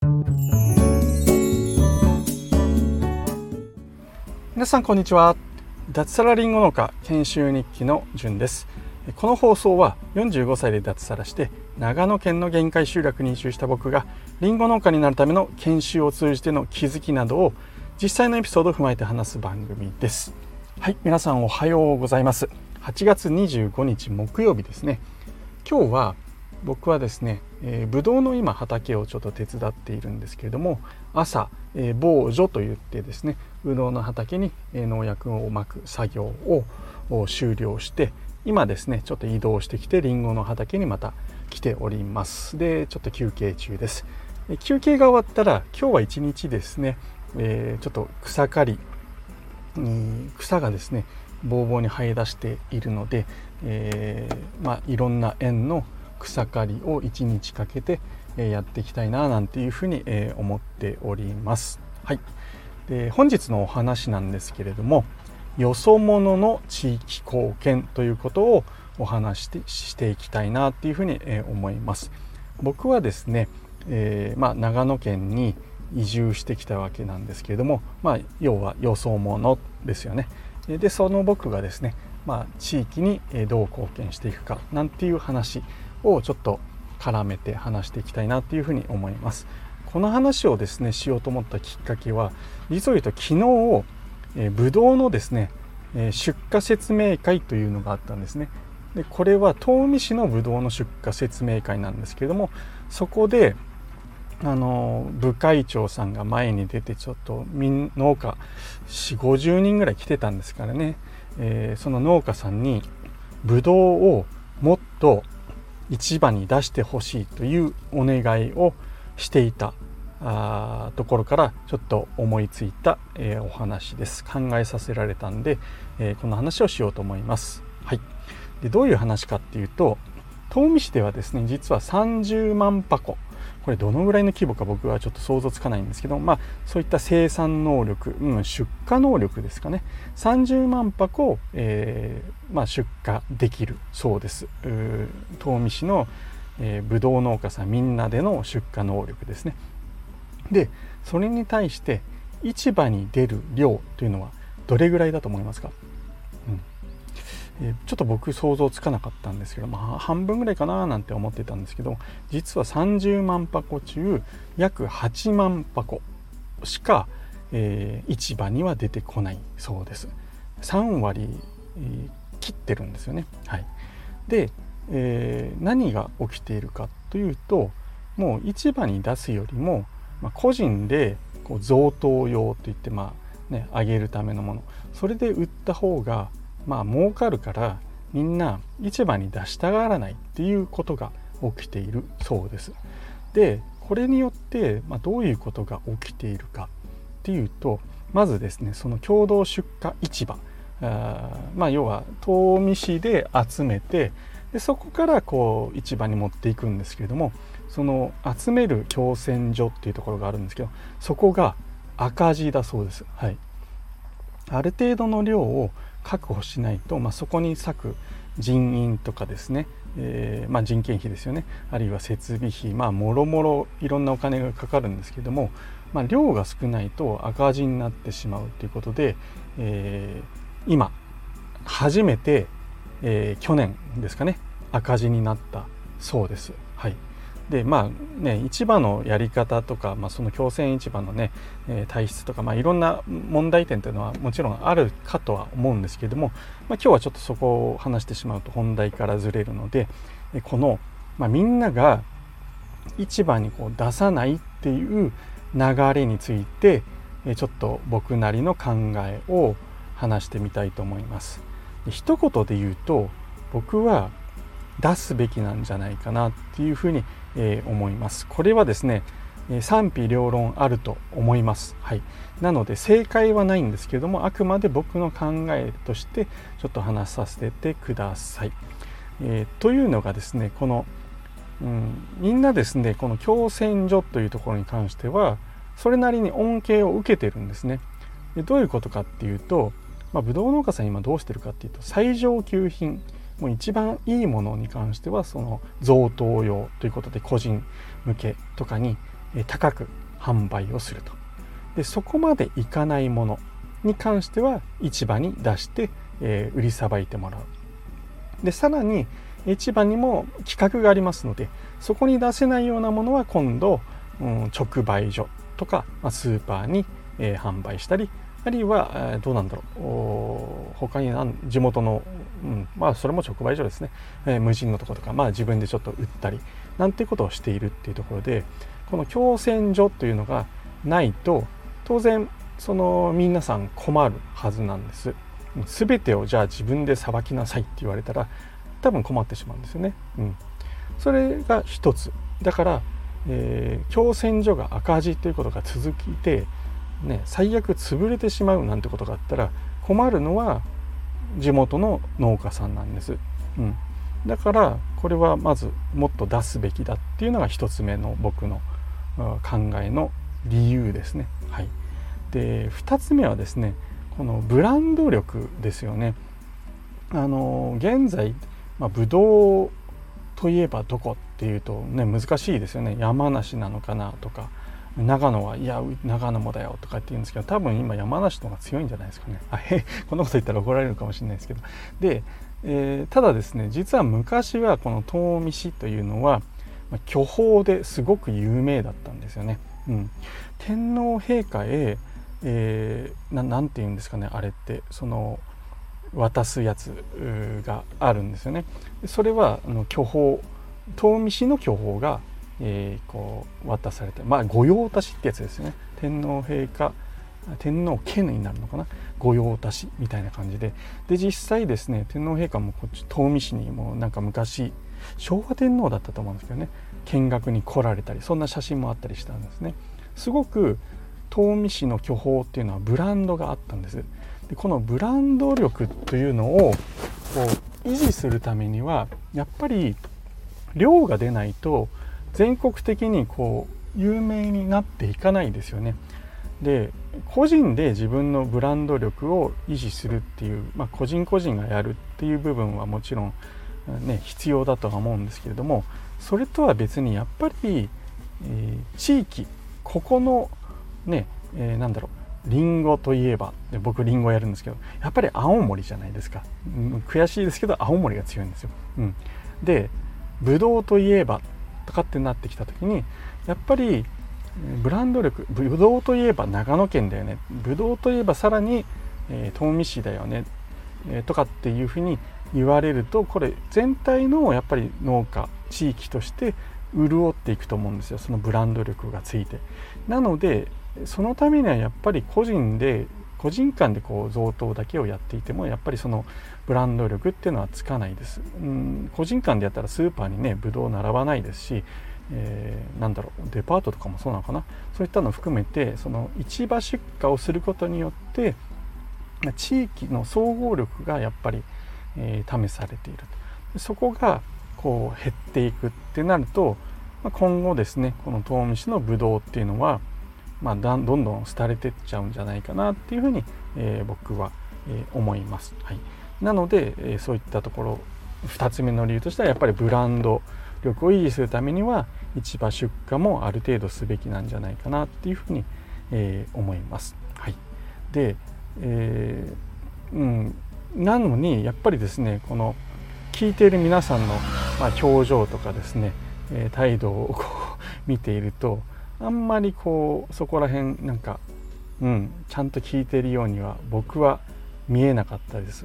皆さんこんにちは。脱サラリンゴ農家研修日記のじゅんです。この放送は45歳で脱サラして長野県の限界集落に移住した僕がリンゴ農家になるための研修を通じての気づきなどを実際のエピソードを踏まえて話す番組です。はい、皆さんおはようございます。8月25日木曜日ですね。今日は僕はですね、ブドウの今畑をちょっと手伝っているんですけれども、朝、防除といってですね、ブドウの畑に農薬をまく作業を終了して、今ですねちょっと移動してきてリンゴの畑にまた来ております。でちょっと休憩中です。休憩が終わったら今日は一日ですね、ちょっと草刈り、草がですねぼうぼうに生え出しているので、いろんな園の草刈りを1日かけてやっていきたいななんていうふうに思っております。はい、で本日のお話なんですけれども、よそ者の地域貢献ということをお話していきたいなっていうふうに思います。僕はですね、長野県に移住してきたわけなんですけれども、要はよそ者ですよね。でその僕がですね、地域にどう貢献していくかなんていう話をちょっと絡めて話していきたいなというふうに思います。この話をですねしようと思ったきっかけは、実を言うと昨日ブドウのですね出荷説明会というのがあったんですね。でこれは東御市のブドウの出荷説明会なんですけれども、そこで部会長さんが前に出て、ちょっと農家 40,50 人ぐらい来てたんですからね、その農家さんにブドウをもっと市場に出してほしいというお願いをしていたところからちょっと思いついた、お話です。考えさせられたんで、この話をしようと思います。はい、でどういう話かっていうと、東御市ではですね実は30万箱、これどのぐらいの規模か僕はちょっと想像つかないんですけど、そういった生産能力、出荷能力ですかね、30万箱、出荷できるそうです。東御市の、ブドウ農家さんみんなでの出荷能力ですね。でそれに対して市場に出る量というのはどれぐらいだと思いますか？ちょっと僕想像つかなかったんですけど、半分ぐらいかななんて思ってたんですけど、実は30万箱中約8万箱しか、市場には出てこないそうです。3割、切ってるんですよね。はい、で、何が起きているかというと、もう市場に出すよりも、個人でこう贈答用といってあげるためのもの、それで売った方が儲かるからみんな市場に出したがらないっていうことが起きているそうです。でこれによって、どういうことが起きているかっていうと、まずですねその共同出荷市場、要は東御市で集めて、でそこからこう市場に持っていくんですけれども、その集める共選所っていうところがあるんですけど、そこが赤字だそうです。はい、ある程度の量を確保しないと、そこに割く人員とかですね、人件費ですよね、あるいは設備費、もろもろいろんなお金がかかるんですけども、量が少ないと赤字になってしまうということで、今初めて、去年ですかね赤字になったそうです。はい、で市場のやり方とか、その共選市場のね、体質とか、いろんな問題点というのはもちろんあるかとは思うんですけれども、今日はちょっとそこを話してしまうと本題からずれるので、この、みんなが市場にこう出さないっていう流れについてちょっと僕なりの考えを話してみたいと思います。一言で言うと、僕は出すべきなんじゃないかなっていうふうに思います。これはですね賛否両論あると思います。はい、なので正解はないんですけれども、あくまで僕の考えとしてちょっと話させてください。というのがですね、この、みんなですねこの共選所というところに関してはそれなりに恩恵を受けてるんですね。でどういうことかっていうと、ブドウ農家さん今どうしてるかっていうと、最上級品、もう一番いいものに関してはその贈答用ということで個人向けとかに高く販売をすると。でそこまでいかないものに関しては市場に出して、売りさばいてもらう。でさらに市場にも規格がありますので、そこに出せないようなものは今度、直売所とか、スーパーに、販売したり、あるいは、どうなんだろう、他に地元の、それも直売所ですね、無人のところとか、自分でちょっと売ったりなんていうことをしているっていうところで、この共選所というのがないと当然その皆さん困るはずなんです。全てをじゃあ自分でさばきなさいって言われたら多分困ってしまうんですよね。それが一つだから、共選所が赤字ということが続いて、最悪潰れてしまうなんてことがあったら困るのは地元の農家さんなんです。だからこれはまずもっと出すべきだっていうのが一つ目の僕の考えの理由ですね。で2つ目はですね、このブランド力ですよね。現在、ブドウといえばどこっていうと難しいですよね。山梨なのかなとか、長野はいや長野もだよとかって言うんですけど、多分今山梨の方が強いんじゃないですかね。こんなこと言ったら怒られるかもしれないですけど。で、ただですね、実は昔はこの東御市というのは巨峰ですごく有名だったんですよね。天皇陛下へ、なんて言うんですかね、あれってその渡すやつがあるんですよね。それは巨峰、東御市の巨峰が、こう渡されて、御用達ってやつですよね。天皇陛下、天皇家になるのかな、御用達みたいな感じで、実際ですね、天皇陛下もこっち東御市にもなんか昔昭和天皇だったと思うんですけどね、見学に来られたり、そんな写真もあったりしたんですね。すごく東御市の巨峰っていうのはブランドがあったんです。でこのブランド力というのをこう維持するためにはやっぱり量が出ないと全国的にこう有名になっていかないですよね。で個人で自分のブランド力を維持するっていう、個人個人がやるっていう部分はもちろん、必要だとは思うんですけれども、それとは別にやっぱり、地域ここのリンゴといえば、僕リンゴやるんですけど、やっぱり青森じゃないですか。悔しいですけど青森が強いんですよ。でブドウといえばとかってなってきた時に、やっぱりブランド力、ブドウといえば長野県だよね、ブドウといえばさらに、東御市だよね、とかっていうふうに言われると、これ全体のやっぱり農家地域として潤っていくと思うんですよ、そのブランド力がついて。なのでそのためにはやっぱり個人間でこう贈答だけをやっていてもやっぱりそのブランド力っていうのはつかないです。個人間でやったらスーパーにねブドウ並ばないですし、デパートとかもそうなのかな、そういったのを含めてその市場出荷をすることによって地域の総合力がやっぱり、試されている。そこがこう減っていくってなると、今後ですね、この東御市のブドウっていうのはどんどん廃れてっちゃうんじゃないかなっていうふうに、僕は、思います。なので、そういったところ2つ目の理由としてはやっぱりブランド力を維持するためには市場出荷もある程度すべきなんじゃないかなっていうふうに、思います。で、なのにやっぱりですね、この聞いている皆さんの、表情とかですね、態度をこう見ているとあんまりこうそこら辺ちゃんと聞いているようには僕は見えなかったです。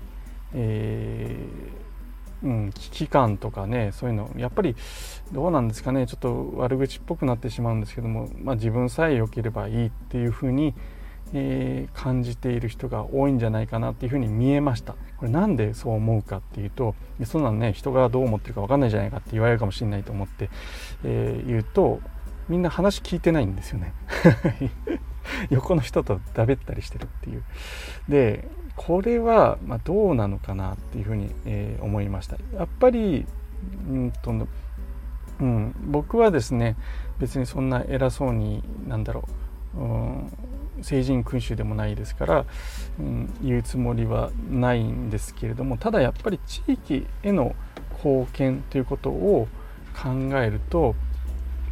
危機感とかね、そういうのやっぱりどうなんですかね、ちょっと悪口っぽくなってしまうんですけども、自分さえ良ければいいっていうふうに、感じている人が多いんじゃないかなっていうふうに見えました。これなんでそう思うかっていうと、そんなのね人がどう思ってるか分かんないじゃないかって言われるかもしれないと思って、言うとみんな話聞いてないんですよね横の人とだべったりしてるっていう。でこれはどうなのかなっていうふうに、思いました。やっぱり僕はですね、別にそんな偉そうに聖人君主でもないですから、言うつもりはないんですけれども、ただやっぱり地域への貢献ということを考えると、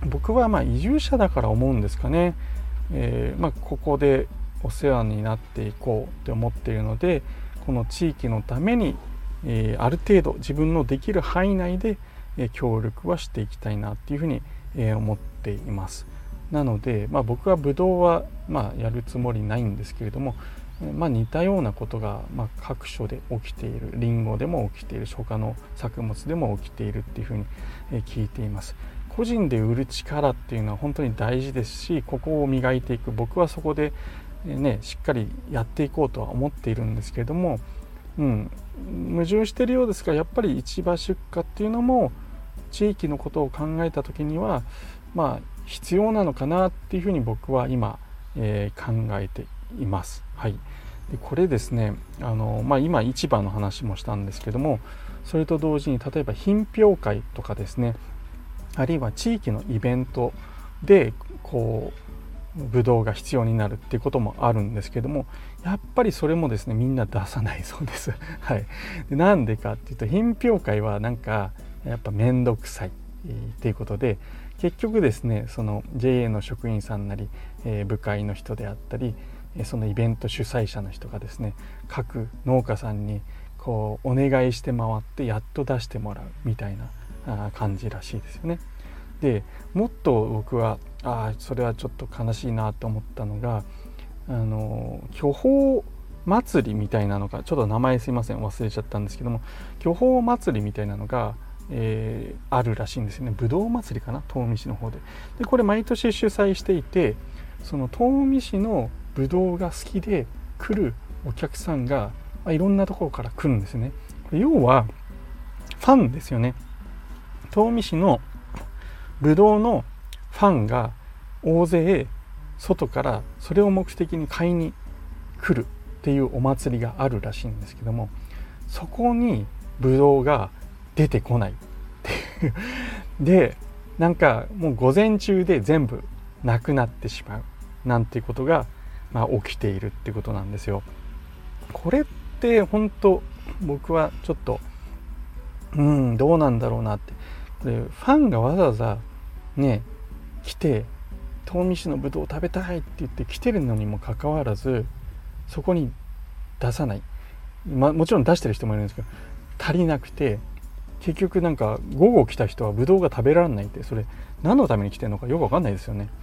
僕は移住者だから思うんですかね。ここでお世話になっていこうって思っているので、この地域のために、ある程度自分のできる範囲内で、協力はしていきたいなっていうふうに、思っています。なので、僕はブドウは、やるつもりないんですけれども、似たようなことが、各所で起きている、リンゴでも起きている、他の作物でも起きているっていうふうに、聞いています。個人で売る力っていうのは本当に大事ですし、ここを磨いていく、僕はそこで、しっかりやっていこうとは思っているんですけれども、矛盾しているようですが、やっぱり市場出荷っていうのも地域のことを考えた時には必要なのかなっていうふうに僕は今、考えています。はい。でこれですね、今市場の話もしたんですけども、それと同時に例えば品評会とかですね、あるいは地域のイベントでブドウが必要になるっていうこともあるんですけども、やっぱりそれもですね、みんな出さないそうです。はい。でなんでかっていうと、品評会はやっぱ面倒くさいっていうことで、結局ですね、その JA の職員さんなり、部会の人であったり、そのイベント主催者の人がですね、各農家さんにお願いして回ってやっと出してもらうみたいな感じらしいですよね。でもっと僕はそれはちょっと悲しいなと思ったのが、巨峰祭りみたいなのが、ちょっと名前すいません忘れちゃったんですけども、巨峰祭りみたいなのが、あるらしいんですよね。ぶどう祭りかな、東御市の方で。でこれ毎年主催していて、その東御市のぶどうが好きで来るお客さんが、いろんなところから来るんですよね。要はファンですよね。東御市のぶどうのファンが大勢外からそれを目的に買いに来るっていうお祭りがあるらしいんですけども、そこにブドウが出てこないっていうでもう午前中で全部なくなってしまうなんていうことが、起きているっていうことなんですよ。これって本当僕はちょっとどうなんだろうなって。でファンがわざわざね来て、東御市のぶどうを食べたいって言って来てるのにもかかわらず、そこに出さない、もちろん出してる人もいるんですけど、足りなくて、結局午後来た人はぶどうが食べられないって、それ何のために来てるのかよく分かんないですよね。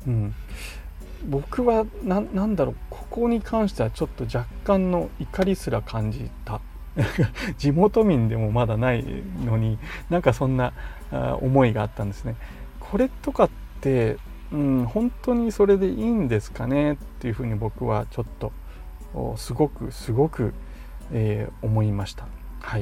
僕はなんだろう、ここに関してはちょっと若干の怒りすら感じた。地元民でもまだないのにそんな思いがあったんですね。これとかって本当にそれでいいんですかねっていうふうに僕はちょっとすごく、思いました。はい。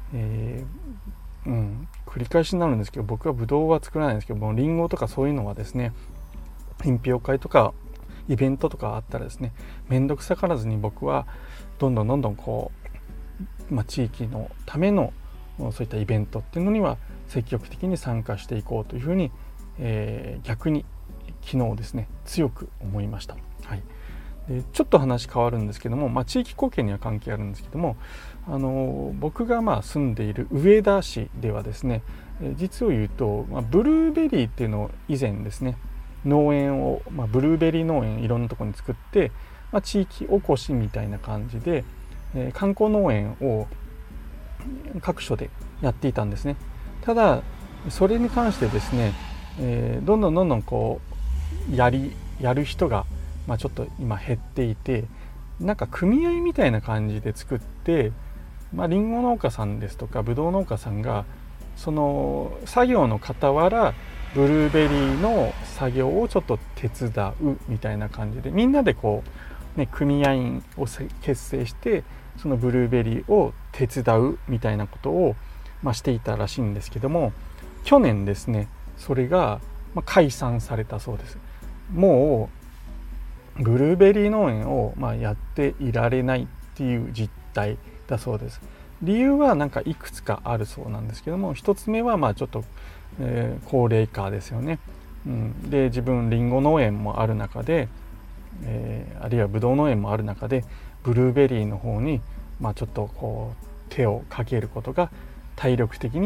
繰り返しになるんですけど、僕はブドウは作らないんですけども、リンゴとかそういうのはですね、品評会とかイベントとかあったらですね、面倒くさからずに僕はどんどん地域のためのそういったイベントっていうのには積極的に参加していこうというふうに、逆に昨日ですね強く思いました。はい。でちょっと話変わるんですけども、地域貢献には関係あるんですけども、僕が住んでいる上田市ではですね、実を言うと、ブルーベリーっていうのを以前ですね、農園を、ブルーベリー農園いろんなところに作って、地域おこしみたいな感じで、観光農園を各所でやっていたんですね。ただそれに関してですね、どんどんやる人が、ちょっと今減っていて、組合みたいな感じで作って、リンゴ農家さんですとかブドウ農家さんがその作業の傍らブルーベリーの作業をちょっと手伝うみたいな感じで、みんなで組合員を結成してそのブルーベリーを手伝うみたいなことを、していたらしいんですけども、去年ですねそれが、解散されたそうです。もうブルーベリー農園を、やっていられないっていう実態だそうです。理由はいくつかあるそうなんですけども、一つ目はちょっと、高齢化ですよね。で自分リンゴ農園もある中で、あるいはブドウ農園もある中でブルーベリーの方にちょっと手をかけることが体力的に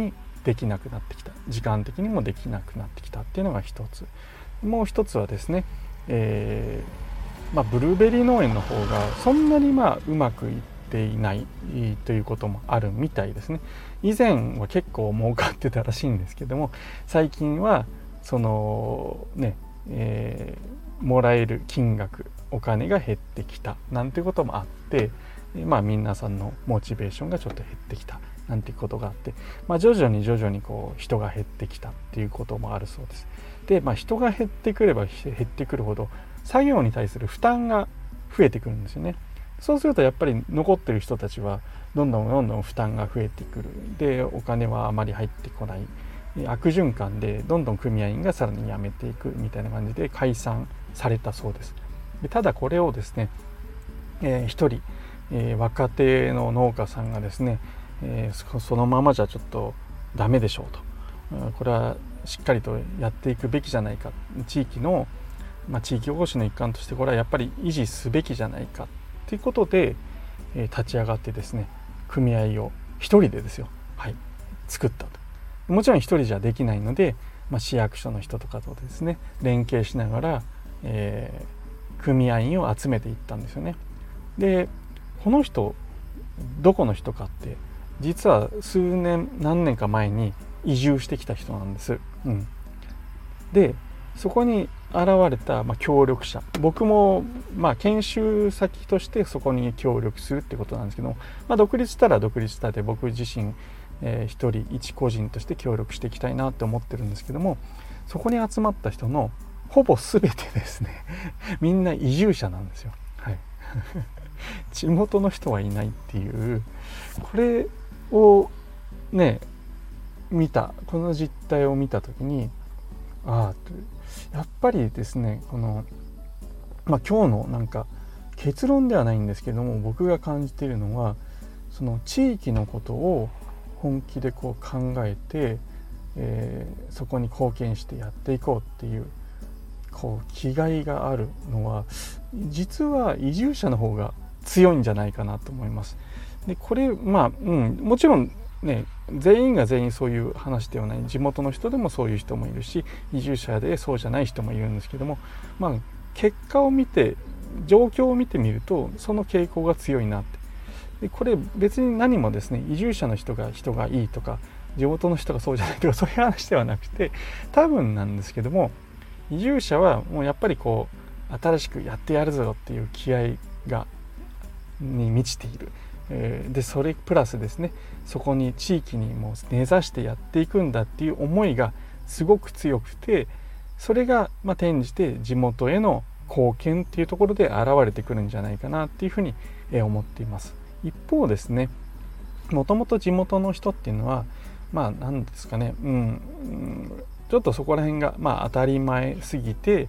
できなくなってきた、時間的にもできなくなってきたっていうのが一つ。もう一つはですね、ブルーベリー農園の方がそんなにうまくいっていないということもあるみたいですね。以前は結構儲かってたらしいんですけども、最近はそのね、もらえる金額、お金が減ってきたなんてこともあって、皆さんのモチベーションがちょっと減ってきたなんていうことがあって、徐々にこう人が減ってきたっていうこともあるそうです。で、人が減ってくれば減ってくるほど作業に対する負担が増えてくるんですよね。そうするとやっぱり残ってる人たちはどんどん負担が増えてくる。で、お金はあまり入ってこない。悪循環でどんどん組合員がさらに辞めていくみたいな感じで解散されたそうです。で、ただこれをですね、一人、若手の農家さんがですね、そのままじゃちょっとダメでしょうと、これはしっかりとやっていくべきじゃないか、地域の、地域おこしの一環としてこれはやっぱり維持すべきじゃないかということで、立ち上がってですね、組合を一人でですよ、作ったと。もちろん一人じゃできないので、市役所の人とかとですね連携しながら、組合員を集めていったんですよね。で、この人どこの人かって実は何年か前に移住してきた人なんです。で、そこに現れた、協力者、僕も、研修先としてそこに協力するってことなんですけども、独立したら独立したで僕自身、一人一個人として協力していきたいなって思ってるんですけども、そこに集まった人のほぼ全てですねみんな移住者なんですよ。地元の人はいないっていう、これをねこの実態を見た時に、やっぱりですね、この、今日の結論ではないんですけども、僕が感じているのは、その地域のことを本気でこう考えて、そこに貢献してやっていこうっていう気概があるのは、実は移住者の方が強いんじゃないかなと思います。で、これもちろんね、全員が全員そういう話ではない。地元の人でもそういう人もいるし、移住者でそうじゃない人もいるんですけども、結果を見て、状況を見てみるとその傾向が強いなって。で、これ別に何もですね、移住者の人がいいとか、地元の人がそうじゃないとか、そういう話ではなくて、多分なんですけども、移住者はもうやっぱり新しくやってやるぞっていう気合に満ちている。で、それプラスですね、そこに地域にも根ざしてやっていくんだっていう思いがすごく強くて、それが転じて地元への貢献っていうところで現れてくるんじゃないかなっていうふうに思っています。一方ですね、もともと地元の人っていうのは何ですかね、ちょっとそこら辺が当たり前すぎて、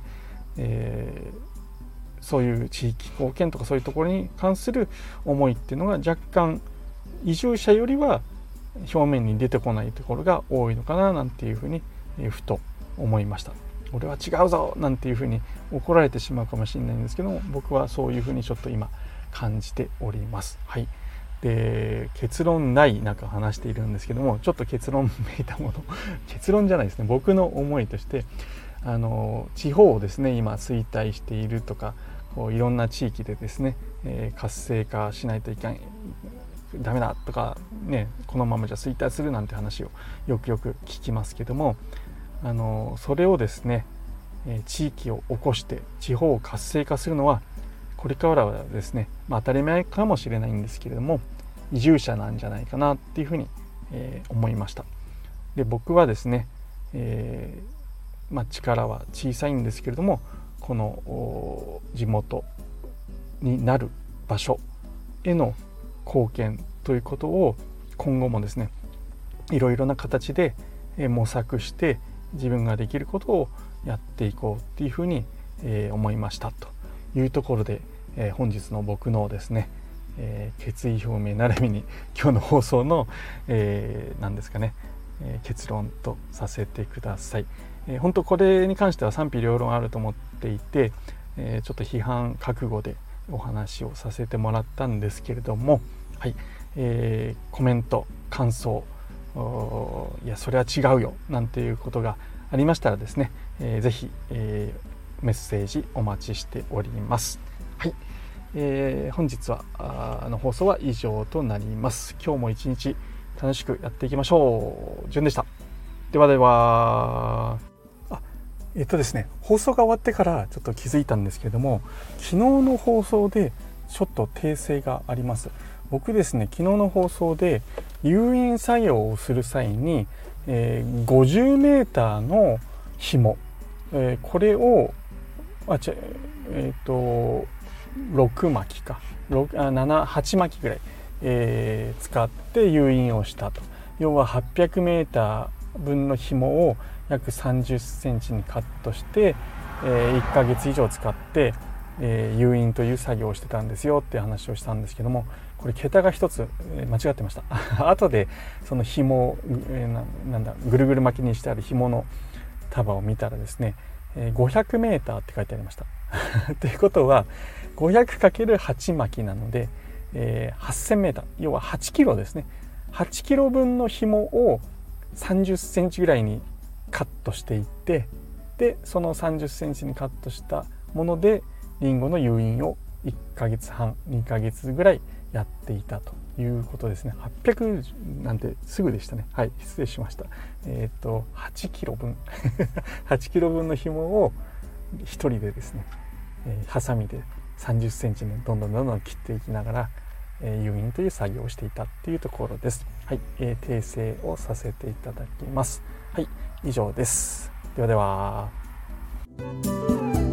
そういう地域貢献とかそういうところに関する思いっていうのが若干移住者よりは表面に出てこないところが多いのかななんていうふうにふと思いました。俺は違うぞなんていうふうに怒られてしまうかもしれないんですけども、僕はそういうふうにちょっと今感じております。で、結論ない中話しているんですけども、ちょっと結論めいたもの結論じゃないですね、僕の思いとして、地方をですね今衰退しているとか、いろんな地域でですね、活性化しないとダメだとかね、このままじゃ衰退するなんて話をよく聞きますけども、それをですね、地域を起こして地方を活性化するのはこれからはですね、当たり前かもしれないんですけれども、移住者なんじゃないかなっていうふうに、思いました。で、僕はですね、力は小さいんですけれども、この地元になる場所への貢献ということを今後もですね、いろいろな形で模索して自分ができることをやっていこうっていうふうに思いましたというところで、本日の僕のですね、決意表明並びに今日の放送の、何ですかね、結論とさせてください。本当これに関しては賛否両論あると思っていて、ちょっと批判覚悟でお話をさせてもらったんですけれども、コメント感想いやそれは違うよなんていうことがありましたらですね、ぜひ、メッセージお待ちしております。はい、本日はの放送は以上となります。今日も一日楽しくやっていきましょう。じゅんでした。ではでは。ですね、放送が終わってからちょっと気づいたんですけれども、昨日の放送でちょっと訂正があります。僕ですね、昨日の放送で誘引作業をする際に、50メーターの紐、これを6巻きか8巻きぐらい、使って誘引をしたと。要は800メーター分の紐を約30センチにカットして、1ヶ月以上使って、誘引という作業をしてたんですよっていう話をしたんですけども、これ桁が一つ間違ってました後でその紐を、ぐるぐる巻きにしてある紐の束を見たらですね、500メーターって書いてありましたということは 500×8 巻きなので、8000メーター、要は8キロですね。8キロ分の紐を30センチぐらいにカットしていって、でその30センチにカットしたものでリンゴの誘引を1ヶ月半2ヶ月ぐらいやっていたということですね。800なんてすぐでしたね。はい、失礼しました。8キロ分8キロ分の紐を一人でですね、ハサミで30センチにどんどん切っていきながら、誘引という作業をしていたっていうところです。はい、訂正をさせていただきます。はい、以上です。ではでは。